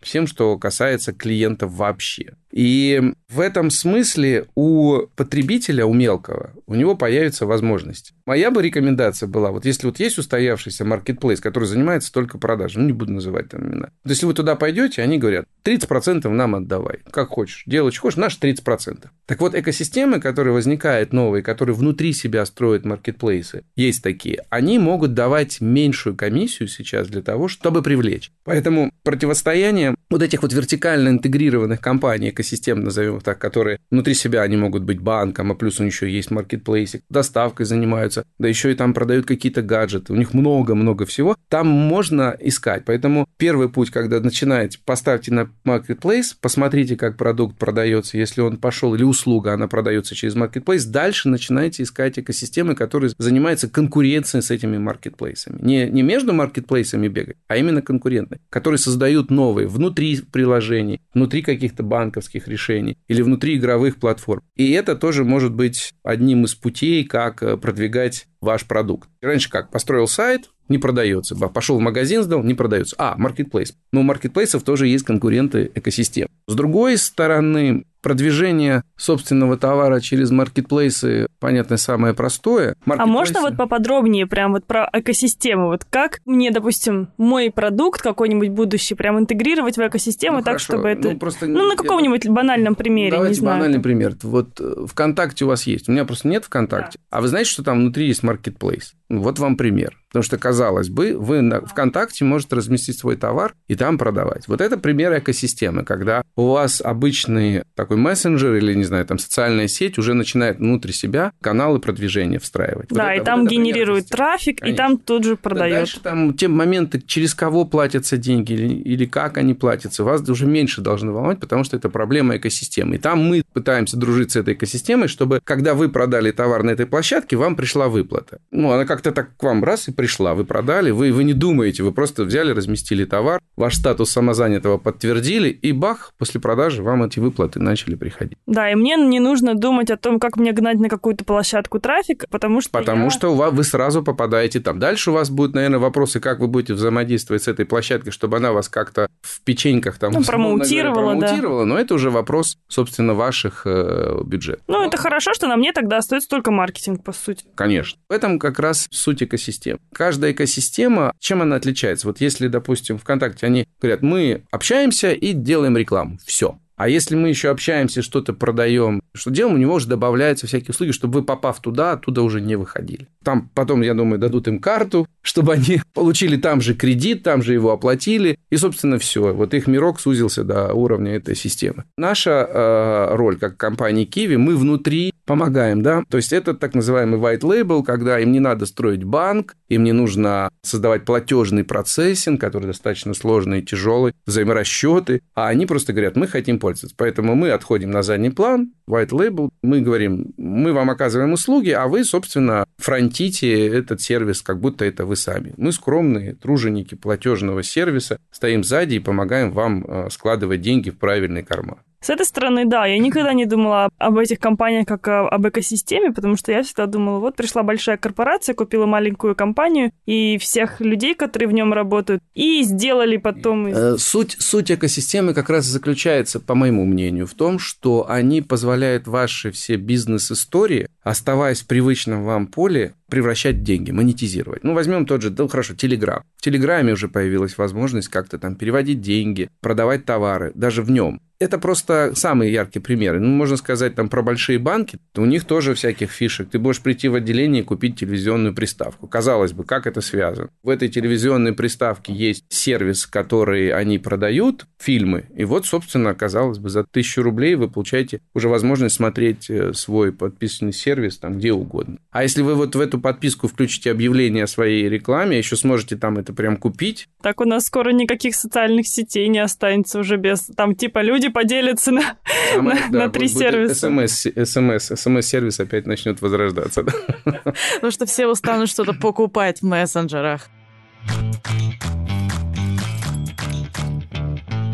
всем, что касается клиентов вообще. И в этом смысле у потребителя, у мелкого, у него появится возможность. Моя бы рекомендация была, вот если вот есть устоявшийся маркетплейс, который занимается только продажей, ну, не буду называть там имена. Вот если вы туда пойдете, они говорят, тридцать процентов нам отдавай, как хочешь, делай, что хочешь, наш тридцать процентов. Так вот, экосистемы, которые возникают новые, которые внутри себя строят маркетплейсы, есть такие, они могут давать меньшую комиссию сейчас для того, чтобы привлечь. Поэтому противостояние вот этих вот вертикально интегрированных компаний, экосистем, назовем их так, которые внутри себя они могут быть банком, а плюс у них еще есть маркетплейсы, доставкой занимаются, да еще и там продают какие-то гаджеты, у них много-много всего, там можно искать. Поэтому первый путь, когда начинаете, поставьте на маркетплейс, посмотрите, как продукт продается, если он пошел, или услуга, она продается через маркетплейс, дальше начинаете искать экосистемы, которые занимаются конкуренцией с этими маркетплейсами. Не, не между маркетплейсами бегать, а именно конкурентные, которые создают новые внутри приложений, внутри каких-то банковских решений или внутри игровых платформ. И это тоже может быть одним из путей, как продвигать ваш продукт. Раньше как? Построил сайт, не продается. Пошел в магазин, сдал, не продается. А, маркетплейс. Но у маркетплейсов тоже есть конкуренты экосистем. С другой стороны, продвижение собственного товара через маркетплейсы, понятно, самое простое. А можно вот поподробнее прям вот про экосистему? Вот как мне, допустим, мой продукт какой-нибудь будущий прям интегрировать в экосистему ну, так, хорошо. чтобы это... Ну, просто... ну на каком-нибудь я... банальном примере, Давайте не знаю. банальный пример. Вот ВКонтакте у вас есть. У меня просто нет ВКонтакте. Да. А вы знаете, что там внутри есть маркетплейс? Вот вам пример. Потому что, казалось бы, вы на ВКонтакте можете разместить свой товар и там продавать. Вот это пример экосистемы, когда у вас обычный такой мессенджер или, не знаю, там социальная сеть уже начинает внутри себя каналы продвижения встраивать. Да, вот и это, там вот генерирует трафик, Конечно. И там тут же продает. Да, дальше там те моменты, через кого платятся деньги или, или как они платятся, вас уже меньше должны волновать, потому что это проблема экосистемы. И там мы пытаемся дружить с этой экосистемой, чтобы, когда вы продали товар на этой площадке, вам пришла выплата. Ну, она как-то так к вам раз и пришла, вы продали, вы, вы не думаете, вы просто взяли, разместили товар, ваш статус самозанятого подтвердили, и бах, после продажи вам эти выплаты начали приходить. Да, и мне не нужно думать о том, как мне гнать на какую-то площадку трафик, потому что Потому я... что у вас, вы сразу попадаете там. Дальше у вас будут, наверное, вопросы, как вы будете взаимодействовать с этой площадкой, чтобы она вас как-то в печеньках там... Ну, промоутировала, говоря, промоутировала, да. Но это уже вопрос, собственно, ваших э, бюджетов. Ну, но... это хорошо, что на мне тогда остается только маркетинг, по сути. Конечно. В этом как раз суть экосистемы. Каждая экосистема, чем она отличается? Вот если, допустим, ВКонтакте они говорят, мы общаемся и делаем рекламу. Все. А если мы еще общаемся, что-то продаем, что делаем, у него уже добавляются всякие услуги, чтобы вы, попав туда, оттуда уже не выходили. Там потом, я думаю, дадут им карту, чтобы они получили там же кредит, там же его оплатили, и, собственно, все. Вот их мирок сузился до уровня этой системы. Наша э, роль как компании Kiwi, мы внутри помогаем, да, то есть это так называемый white label, когда им не надо строить банк, им не нужно создавать платежный процессинг, который достаточно сложный и тяжелый, взаиморасчеты, а они просто говорят, мы хотим пользоваться. Поэтому мы отходим на задний план, white label, мы говорим, мы вам оказываем услуги, а вы, собственно, фронтите этот сервис, как будто это вы сами. Мы скромные труженики платежного сервиса, стоим сзади и помогаем вам складывать деньги в правильный карман. С этой стороны, да, я никогда не думала об этих компаниях как об экосистеме, потому что я всегда думала, вот пришла большая корпорация, купила маленькую компанию, и всех людей, которые в нем работают, и сделали потом... Суть, суть экосистемы как раз заключается, по моему мнению, в том, что они позволяют ваши все бизнес-истории, оставаясь в привычном вам поле, превращать в деньги, монетизировать. Ну, возьмем тот же, ну, хорошо, Telegram. В Телеграме уже появилась возможность как-то там переводить деньги, продавать товары, даже в нем. Это просто самые яркие примеры. Ну, можно сказать, там, про большие банки, у них тоже всяких фишек. Ты можешь прийти в отделение и купить телевизионную приставку. Казалось бы, как это связано? В этой телевизионной приставке есть сервис, который они продают, фильмы. И вот, собственно, казалось бы, за тысячу рублей вы получаете уже возможность смотреть свой подписанный сервис там где угодно. А если вы вот в эту подписку включите объявление о своей рекламе, еще сможете там это прям купить. Так у нас скоро никаких социальных сетей не останется уже без... Там типа люди поделятся на, Самое, на, да, на три сервиса. СМС, СМС, СМС-сервис опять начнет возрождаться. Потому что все устанут что-то покупать в мессенджерах.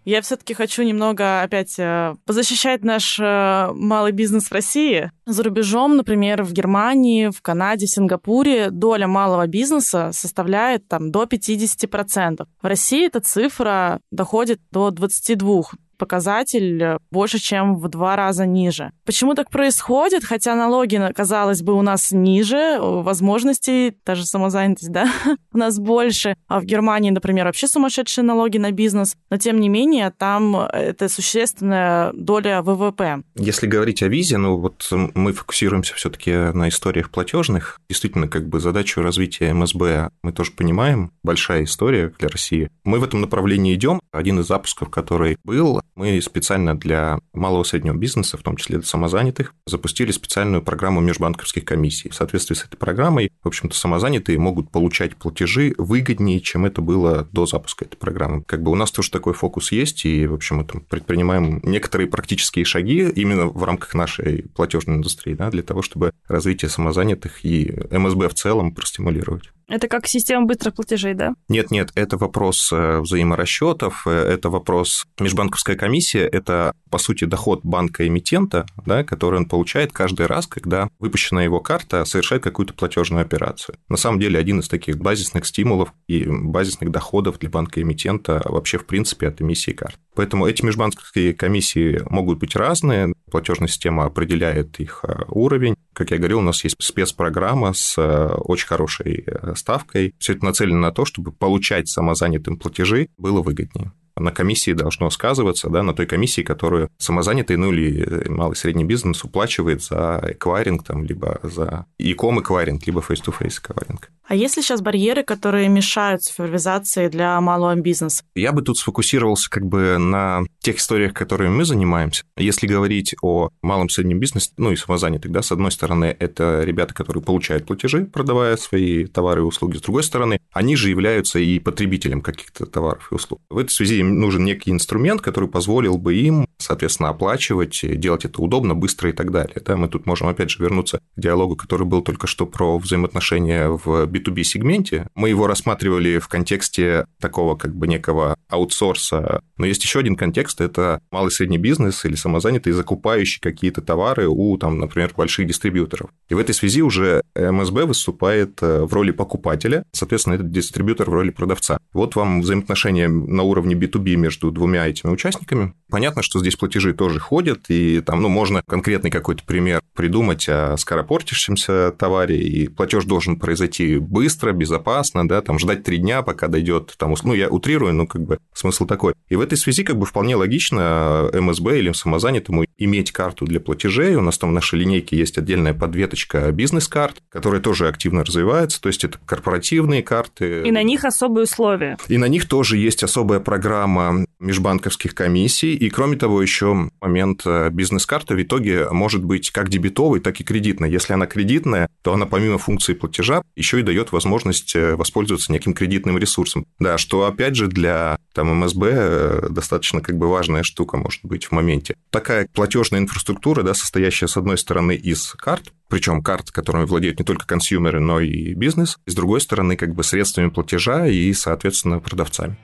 Я все-таки хочу немного опять позащищать наш малый бизнес в России. За рубежом, например, в Германии, в Канаде, в Сингапуре доля малого бизнеса составляет там до пятьдесят процентов. В России эта цифра доходит до двадцать два процента. Показатель больше, чем в два раза ниже. Почему так происходит? Хотя налоги, казалось бы, у нас ниже, возможностей, та же самозанятость, да, у нас больше. А в Германии, например, вообще сумасшедшие налоги на бизнес. Но, тем не менее, там это существенная доля вэ вэ пэ. Если говорить о визе, ну вот мы фокусируемся все-таки на историях платежных. Действительно, как бы задачу развития эм эс бэ мы тоже понимаем. Большая история для России. Мы в этом направлении идем. Один из запусков, который был, мы специально для малого и среднего бизнеса, в том числе для самозанятых, запустили специальную программу межбанковских комиссий. В соответствии с этой программой, в общем-то, самозанятые могут получать платежи выгоднее, чем это было до запуска этой программы. Как бы у нас тоже такой фокус есть, и, в общем, мы там предпринимаем некоторые практические шаги именно в рамках нашей платежной индустрии, да, для того, чтобы развитие самозанятых и эм эс бэ в целом простимулировать. Это как система быстрых платежей, да? Нет-нет, это вопрос взаиморасчетов, это вопрос межбанковская комиссия, это, по сути, доход банка-эмитента, да, который он получает каждый раз, когда выпущенная его карта совершает какую-то платежную операцию. На самом деле, один из таких базисных стимулов и базисных доходов для банка-эмитента вообще, в принципе, от эмиссии карт. Поэтому эти межбанковские комиссии могут быть разные, платежная система определяет их уровень. Как я говорил, у нас есть спецпрограмма с очень хорошей ставкой. Все это нацелено на то, чтобы получать самозанятым платежи было выгоднее. На комиссии должно сказываться, да, на той комиссии, которую самозанятый, ну или малый и средний бизнес уплачивает за эквайринг, там, либо за e-com эквайринг, либо face-to-face эквайринг. А есть ли сейчас барьеры, которые мешают цифровизации для малого бизнеса? Я бы тут сфокусировался как бы на тех историях, которыми мы занимаемся. Если говорить о малом и среднем бизнесе, ну и самозанятых, да, с одной стороны, это ребята, которые получают платежи, продавая свои товары и услуги. С другой стороны, они же являются и потребителем каких-то товаров и услуг. В этой связи им нужен некий инструмент, который позволил бы им, соответственно, оплачивать, делать это удобно, быстро и так далее. Да, мы тут можем, опять же, вернуться к диалогу, который был только что про взаимоотношения в би ту би-сегменте. Мы его рассматривали в контексте такого как бы некого аутсорса. Но есть еще один контекст – это малый и средний бизнес или самозанятый, закупающий какие-то товары у, там, например, больших дистрибьюторов. И в этой связи уже эм эс бэ выступает в роли покупателя, соответственно, этот дистрибьютор в роли продавца. Вот вам взаимоотношения на уровне би ту би между двумя этими участниками. Понятно, что здесь платежи тоже ходят, и там, ну, можно конкретный какой-то пример придумать о скоропортящемся товаре, и платеж должен произойти быстро, безопасно, да, там ждать три дня, пока дойдет, там, ну, я утрирую, но как бы смысл такой. И в этой связи как бы вполне логично эм эс бэ или самозанятому иметь карту для платежей. У нас там в нашей линейке есть отдельная подветочка бизнес-карт, которая тоже активно развивается, то есть это корпоративные карты. И на них особые условия. И на них тоже есть особая программа межбанковских комиссий, и кроме того, еще момент бизнес-карты в итоге может быть как дебетовой, так и кредитной. Если она кредитная, то она помимо функции платежа еще и дает возможность воспользоваться неким кредитным ресурсом. Да, что, опять же, для там, эм эс бэ достаточно как бы важная штука может быть в моменте. Такая платежная инфраструктура, да, состоящая, с одной стороны, из карт, причем карт, которыми владеют не только консюмеры, но и бизнес, и с другой стороны, как бы средствами платежа и, соответственно, продавцами.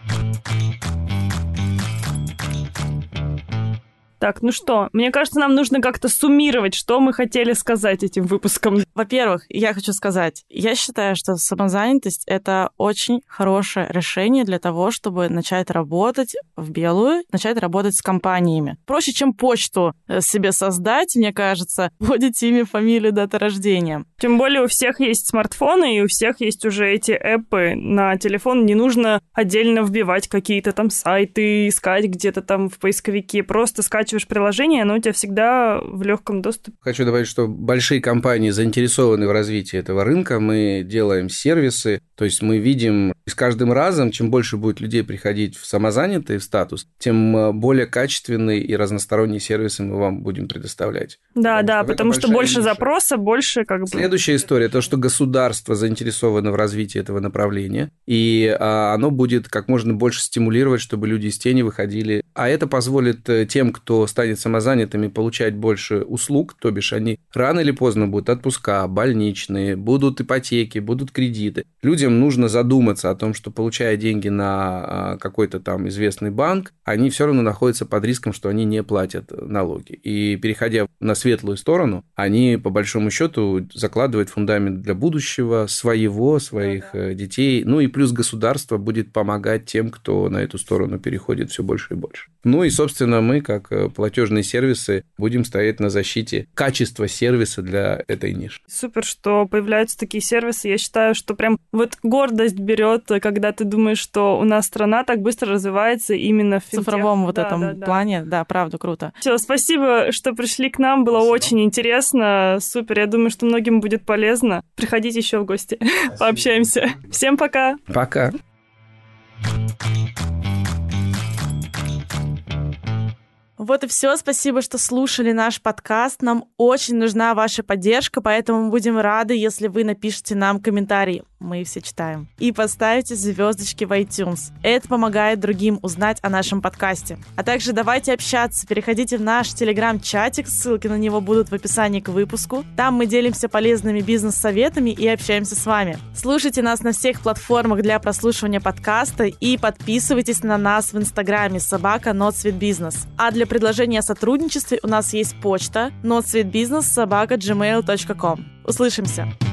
Так, ну что, мне кажется, нам нужно как-то суммировать, что мы хотели сказать этим выпуском. Во-первых, я хочу сказать, я считаю, что самозанятость — это очень хорошее решение для того, чтобы начать работать в белую, начать работать с компаниями. Проще, чем почту себе создать, мне кажется, вводить имя, фамилию, дата рождения. Тем более у всех есть смартфоны, и у всех есть уже эти эпы на телефон. Не нужно отдельно вбивать какие-то там сайты, искать где-то там в поисковике. Просто скачиваешь приложение, оно у тебя всегда в легком доступе. Хочу добавить, что большие компании заинтересованы в развитии этого рынка. Мы делаем сервисы, то есть мы видим, и с каждым разом, чем больше будет людей приходить в самозанятый статус, тем более качественные и разносторонние сервисы мы вам будем предоставлять. Да, потому да, что потому что больше ниша. Запроса, больше как бы... Следующая история, то, что государство заинтересовано в развитии этого направления, и а, оно будет как можно больше стимулировать, чтобы люди из тени выходили. А это позволит тем, кто кто станет самозанятыми, получать больше услуг, то бишь они рано или поздно будут отпуска, больничные, будут ипотеки, будут кредиты. Людям нужно задуматься о том, что, получая деньги на какой-то там известный банк, они все равно находятся под риском, что они не платят налоги. И переходя на светлую сторону, они, по большому счету, закладывают фундамент для будущего своего, своих детей. Ну и плюс государство будет помогать тем, кто на эту сторону переходит все больше и больше. Ну и, собственно, мы, как платежные сервисы, будем стоять на защите качества сервиса для этой ниши. Супер, что появляются такие сервисы. Я считаю, что прям вот гордость берет, когда ты думаешь, что у нас страна так быстро развивается именно в финтех. цифровом вот да, этом да, да. плане. Да, правда, круто. Все, спасибо, что пришли к нам. Было Спасибо. Очень интересно. Супер. Я думаю, что многим будет полезно. Приходите еще в гости. Спасибо. Пообщаемся. Всем пока. Пока. Вот и все. Спасибо, что слушали наш подкаст. Нам очень нужна ваша поддержка, поэтому мы будем рады, если вы напишите нам комментарии. Мы все читаем. И поставите звездочки в iTunes. Это помогает другим узнать о нашем подкасте. А также давайте общаться. Переходите в наш телеграм-чатик. Ссылки на него будут в описании к выпуску. Там мы делимся полезными бизнес-советами и общаемся с вами. Слушайте нас на всех платформах для прослушивания подкаста и подписывайтесь на нас в инстаграме собака NotSweetBusiness. А для предложения о сотрудничестве у нас есть почта notsweetbusiness собака джимейл точка ком. Услышимся!